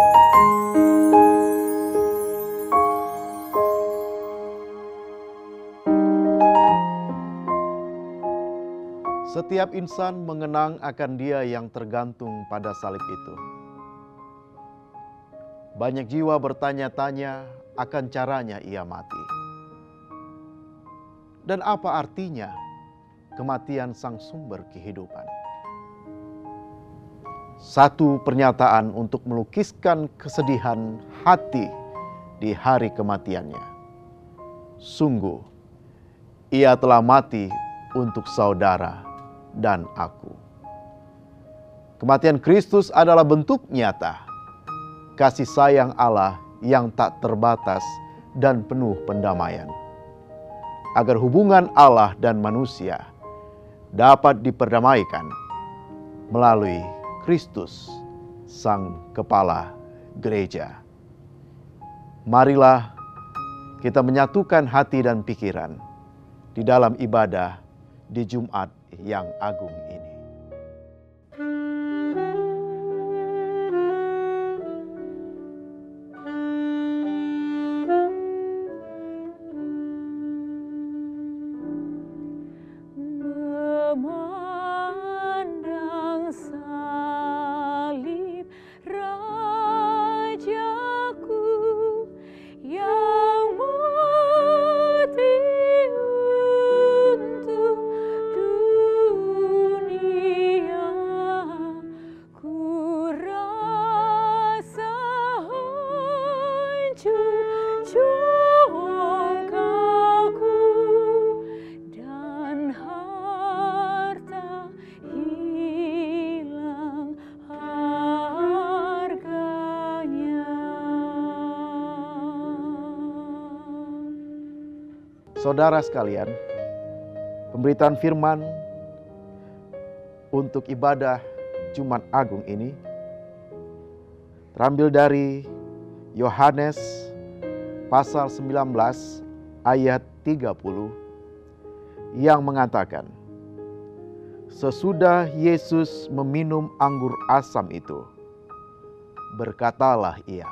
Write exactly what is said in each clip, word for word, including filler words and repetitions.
Setiap insan mengenang akan Dia yang tergantung pada salib itu. Banyak jiwa bertanya-tanya akan caranya Ia mati. Dan apa artinya kematian sang sumber kehidupan? Satu pernyataan untuk melukiskan kesedihan hati di hari kematiannya. Sungguh, Ia telah mati untuk saudara dan aku. Kematian Kristus adalah bentuk nyata kasih sayang Allah yang tak terbatas dan penuh pendamaian, agar hubungan Allah dan manusia dapat diperdamaikan melalui Kristus, Sang Kepala Gereja. Marilah kita menyatukan hati dan pikiran di dalam ibadah di Jumat yang agung ini. Memandang salib Rajaku yang mati untuk dunia, ku rasa hancur jongkaku dan harta hilang harganya. Saudara sekalian, pemberitaan firman untuk ibadah Jumat Agung ini terambil dari Yohanes pasal sembilan belas ayat tiga puluh yang mengatakan, sesudah Yesus meminum anggur asam itu, berkatalah Ia,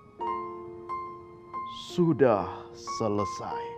sudah selesai.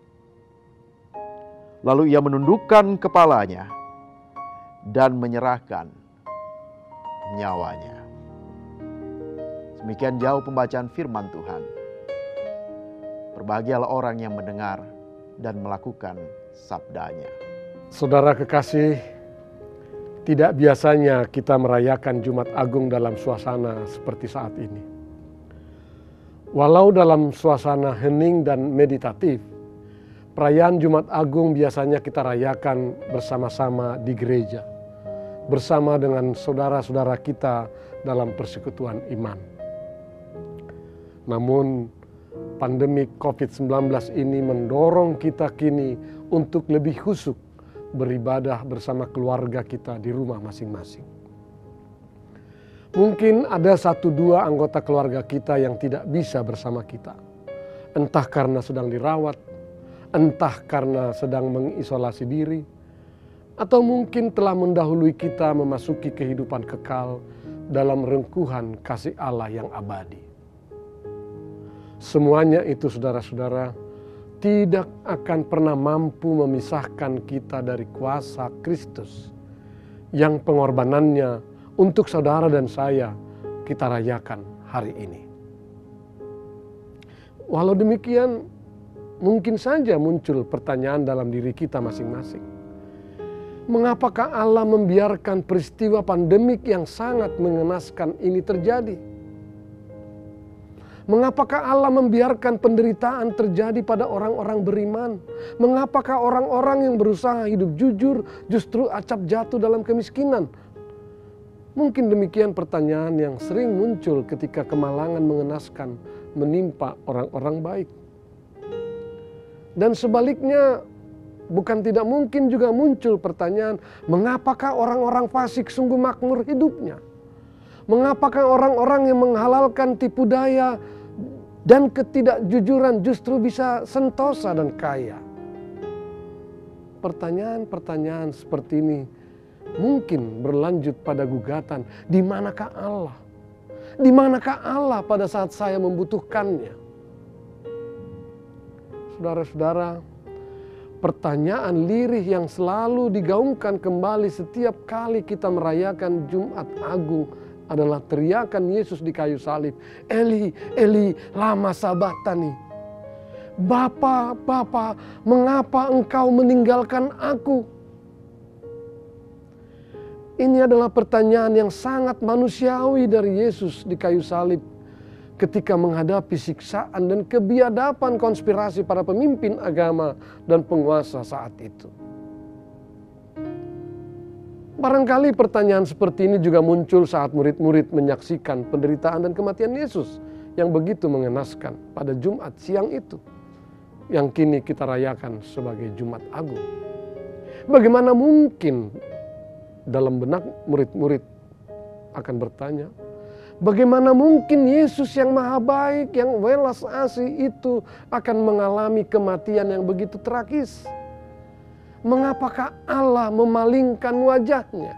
Lalu Ia menundukkan kepalanya dan menyerahkan nyawanya. Demikian jauh pembacaan firman Tuhan. Berbahagialah orang yang mendengar dan melakukan sabdanya. Saudara kekasih, tidak biasanya kita merayakan Jumat Agung dalam suasana seperti saat ini. Walau dalam suasana hening dan meditatif, perayaan Jumat Agung biasanya kita rayakan bersama-sama di gereja, bersama dengan saudara-saudara kita dalam persekutuan iman. Namun, pandemi covid sembilan belas ini mendorong kita kini untuk lebih khusyuk beribadah bersama keluarga kita di rumah masing-masing. Mungkin ada satu dua anggota keluarga kita yang tidak bisa bersama kita, entah karena sedang dirawat, entah karena sedang mengisolasi diri, atau mungkin telah mendahului kita memasuki kehidupan kekal dalam rengkuhan kasih Allah yang abadi. Semuanya itu, saudara-saudara, tidak akan pernah mampu memisahkan kita dari kuasa Kristus yang pengorbanannya untuk saudara dan saya kita rayakan hari ini. Walau demikian, mungkin saja muncul pertanyaan dalam diri kita masing-masing. Mengapakah Allah membiarkan peristiwa pandemik yang sangat mengenaskan ini terjadi? Mengapakah Allah membiarkan penderitaan terjadi pada orang-orang beriman? Mengapakah orang-orang yang berusaha hidup jujur justru acap jatuh dalam kemiskinan? Mungkin demikian pertanyaan yang sering muncul ketika kemalangan mengenaskan menimpa orang-orang baik. Dan sebaliknya, bukan tidak mungkin juga muncul pertanyaan, mengapakah orang-orang fasik sungguh makmur hidupnya? Mengapakah orang-orang yang menghalalkan tipu daya dan ketidakjujuran justru bisa sentosa dan kaya? Pertanyaan-pertanyaan seperti ini mungkin berlanjut pada gugatan, di manakah Allah? Di manakah Allah pada saat saya membutuhkannya? Saudara-saudara, pertanyaan lirih yang selalu digaungkan kembali setiap kali kita merayakan Jumat Agung adalah teriakan Yesus di kayu salib. Eli, Eli, lama sabachthani. Bapa, Bapa, mengapa engkau meninggalkan aku? Ini adalah pertanyaan yang sangat manusiawi dari Yesus di kayu salib ketika menghadapi siksaan dan kebiadaban konspirasi para pemimpin agama dan penguasa saat itu. Barangkali pertanyaan seperti ini juga muncul saat murid-murid menyaksikan penderitaan dan kematian Yesus yang begitu mengenaskan pada Jumat siang itu, yang kini kita rayakan sebagai Jumat Agung. Bagaimana mungkin dalam benak murid-murid akan bertanya, bagaimana mungkin Yesus yang maha baik, yang welas asih itu akan mengalami kematian yang begitu tragis? Mengapakah Allah memalingkan wajahnya?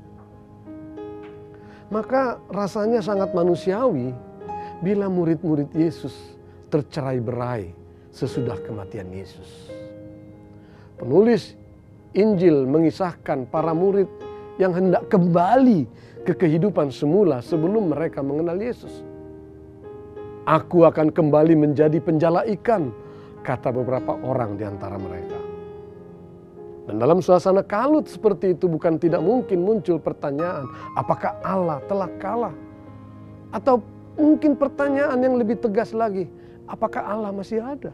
Maka rasanya sangat manusiawi bila murid-murid Yesus tercerai-berai sesudah kematian Yesus. Penulis Injil mengisahkan para murid yang hendak kembali ke kehidupan semula sebelum mereka mengenal Yesus. Aku akan kembali menjadi penjala ikan, kata beberapa orang di antara mereka. Dan dalam suasana kalut seperti itu bukan tidak mungkin muncul pertanyaan, apakah Allah telah kalah? Atau mungkin pertanyaan yang lebih tegas lagi, apakah Allah masih ada?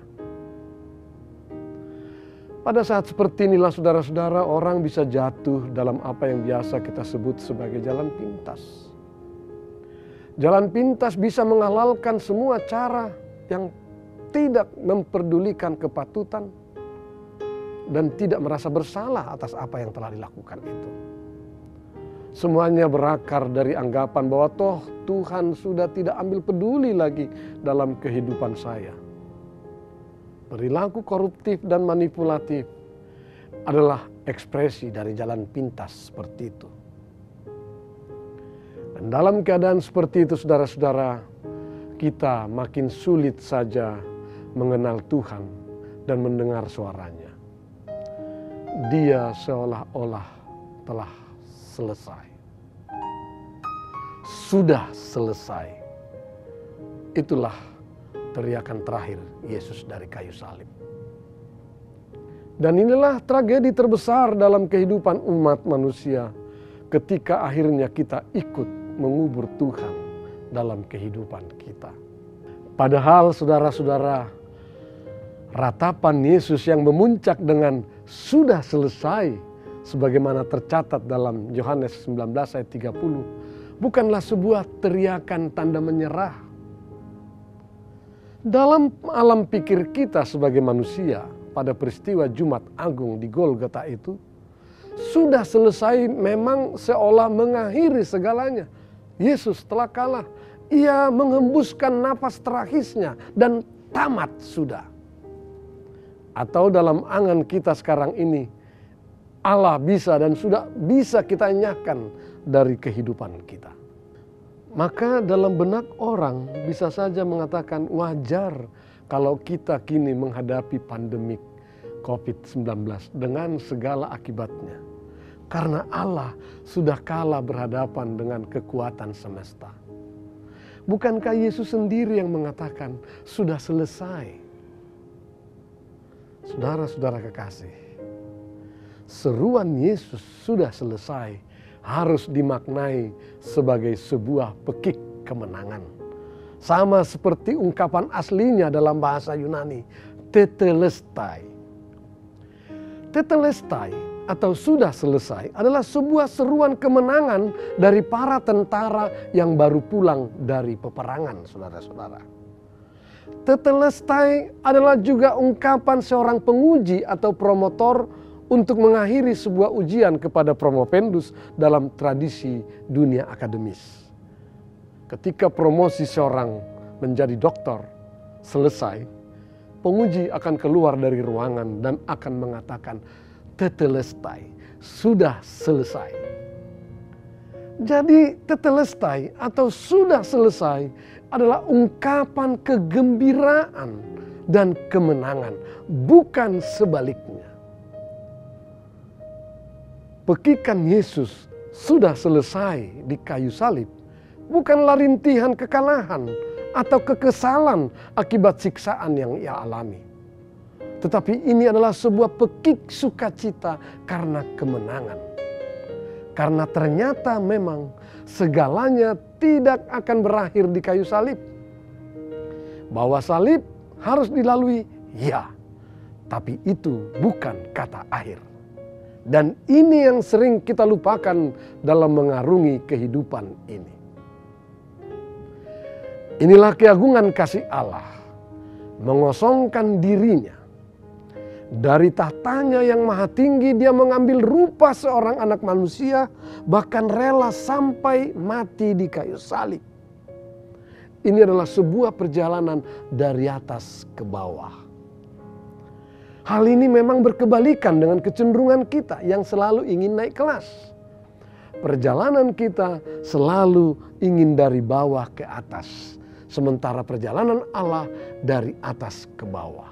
Pada saat seperti inilah saudara-saudara, orang bisa jatuh dalam apa yang biasa kita sebut sebagai jalan pintas. Jalan pintas bisa menghalalkan semua cara yang tidak memperdulikan kepatutan dan tidak merasa bersalah atas apa yang telah dilakukan itu. Semuanya berakar dari anggapan bahwa toh Tuhan sudah tidak ambil peduli lagi dalam kehidupan saya. Perilaku koruptif dan manipulatif adalah ekspresi dari jalan pintas seperti itu. Dan dalam keadaan seperti itu saudara-saudara, kita makin sulit saja mengenal Tuhan dan mendengar suaranya. Dia seolah-olah telah selesai. Sudah selesai. Itulah teriakan terakhir Yesus dari kayu salib. Dan inilah tragedi terbesar dalam kehidupan umat manusia ketika akhirnya kita ikut mengubur Tuhan dalam kehidupan kita. Padahal saudara-saudara, ratapan Yesus yang memuncak dengan sudah selesai sebagaimana tercatat dalam Yohanes sembilan belas ayat tiga puluh bukanlah sebuah teriakan tanda menyerah. Dalam alam pikir kita sebagai manusia pada peristiwa Jumat Agung di Golgota itu, sudah selesai memang seolah mengakhiri segalanya. Yesus telah kalah. Ia menghembuskan nafas terakhirnya dan tamat sudah. Atau dalam angan kita sekarang ini, Allah bisa dan sudah bisa kita nyahkan dari kehidupan kita. Maka dalam benak orang bisa saja mengatakan wajar kalau kita kini menghadapi pandemik covid sembilan belas dengan segala akibatnya. Karena Allah sudah kalah berhadapan dengan kekuatan semesta. Bukankah Yesus sendiri yang mengatakan sudah selesai? Saudara-saudara kekasih, seruan Yesus sudah selesai harus dimaknai sebagai sebuah pekik kemenangan. Sama seperti ungkapan aslinya dalam bahasa Yunani, tetelestai. Tetelestai atau sudah selesai adalah sebuah seruan kemenangan dari para tentara yang baru pulang dari peperangan, saudara-saudara. Tetelestai adalah juga ungkapan seorang penguji atau promotor untuk mengakhiri sebuah ujian kepada promopendus dalam tradisi dunia akademis. Ketika promosi seorang menjadi doktor selesai, penguji akan keluar dari ruangan dan akan mengatakan, tetelestai, sudah selesai. Jadi tetelestai atau sudah selesai adalah ungkapan kegembiraan dan kemenangan, bukan sebaliknya. Pekikan Yesus sudah selesai di kayu salib bukanlah rintihan kekalahan atau kekesalan akibat siksaan yang ia alami. Tetapi ini adalah sebuah pekik sukacita karena kemenangan. Karena ternyata memang segalanya tidak akan berakhir di kayu salib. Bahwa salib harus dilalui, ya. Tapi itu bukan kata akhir. Dan ini yang sering kita lupakan dalam mengarungi kehidupan ini. Inilah keagungan kasih Allah, mengosongkan dirinya. Dari tahtanya yang maha tinggi dia mengambil rupa seorang anak manusia, bahkan rela sampai mati di kayu salib. Ini adalah sebuah perjalanan dari atas ke bawah. Hal ini memang berkebalikan dengan kecenderungan kita yang selalu ingin naik kelas. Perjalanan kita selalu ingin dari bawah ke atas, sementara perjalanan Allah dari atas ke bawah.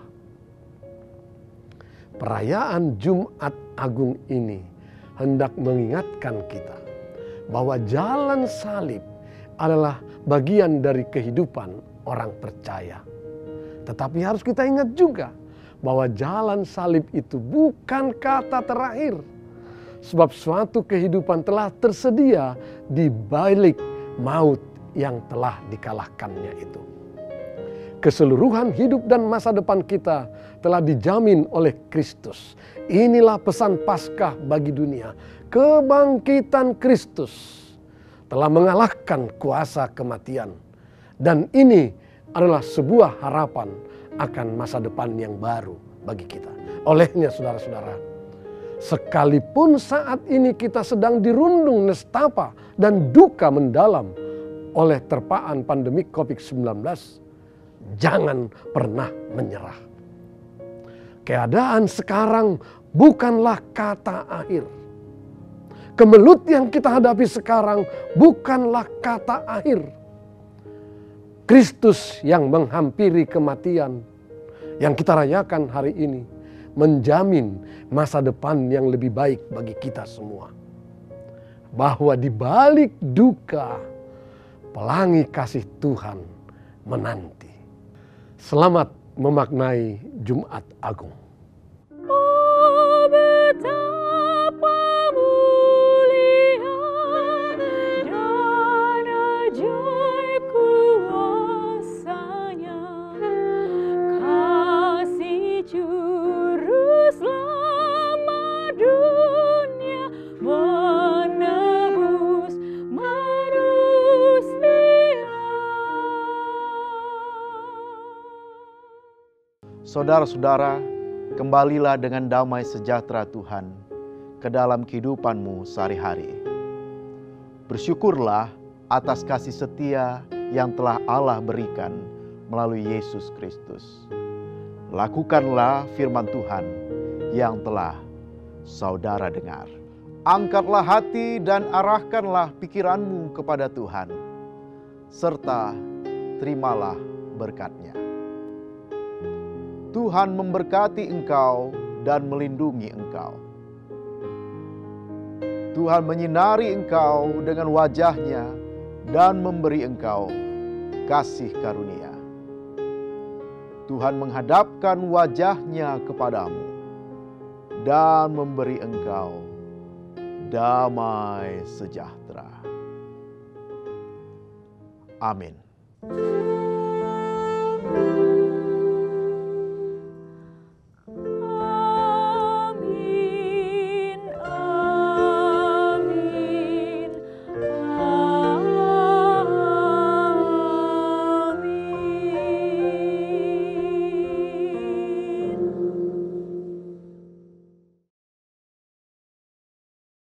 Perayaan Jumat Agung ini hendak mengingatkan kita bahwa jalan salib adalah bagian dari kehidupan orang percaya. Tetapi harus kita ingat juga bahwa jalan salib itu bukan kata terakhir. Sebab suatu kehidupan telah tersedia di balik maut yang telah dikalahkannya itu. Keseluruhan hidup dan masa depan kita telah dijamin oleh Kristus. Inilah pesan Paskah bagi dunia. Kebangkitan Kristus telah mengalahkan kuasa kematian. Dan ini adalah sebuah harapan akan masa depan yang baru bagi kita. Olehnya saudara-saudara, sekalipun saat ini kita sedang dirundung nestapa dan duka mendalam oleh terpaan pandemi covid sembilan belas, jangan pernah menyerah. Keadaan sekarang bukanlah kata akhir. Kemelut yang kita hadapi sekarang bukanlah kata akhir. Kristus yang menghampiri kematian yang kita rayakan hari ini menjamin masa depan yang lebih baik bagi kita semua. Bahwa di balik duka, pelangi kasih Tuhan menanti. Selamat memaknai Jumat Agung. Oh, betapa mulia dan ajaib kuasanya, kasih Juru Selamat dunia menebus manusia. Saudara-saudara, kembalilah dengan damai sejahtera Tuhan ke dalam kehidupanmu sehari-hari. Bersyukurlah atas kasih setia yang telah Allah berikan melalui Yesus Kristus. Lakukanlah firman Tuhan yang telah saudara dengar. Angkatlah hati dan arahkanlah pikiranmu kepada Tuhan, serta terimalah berkat-Nya. Tuhan memberkati engkau dan melindungi engkau. Tuhan menyinari engkau dengan wajah-Nya dan memberi engkau kasih karunia. Tuhan menghadapkan wajah-Nya kepadamu dan memberi engkau damai sejahtera. Amin.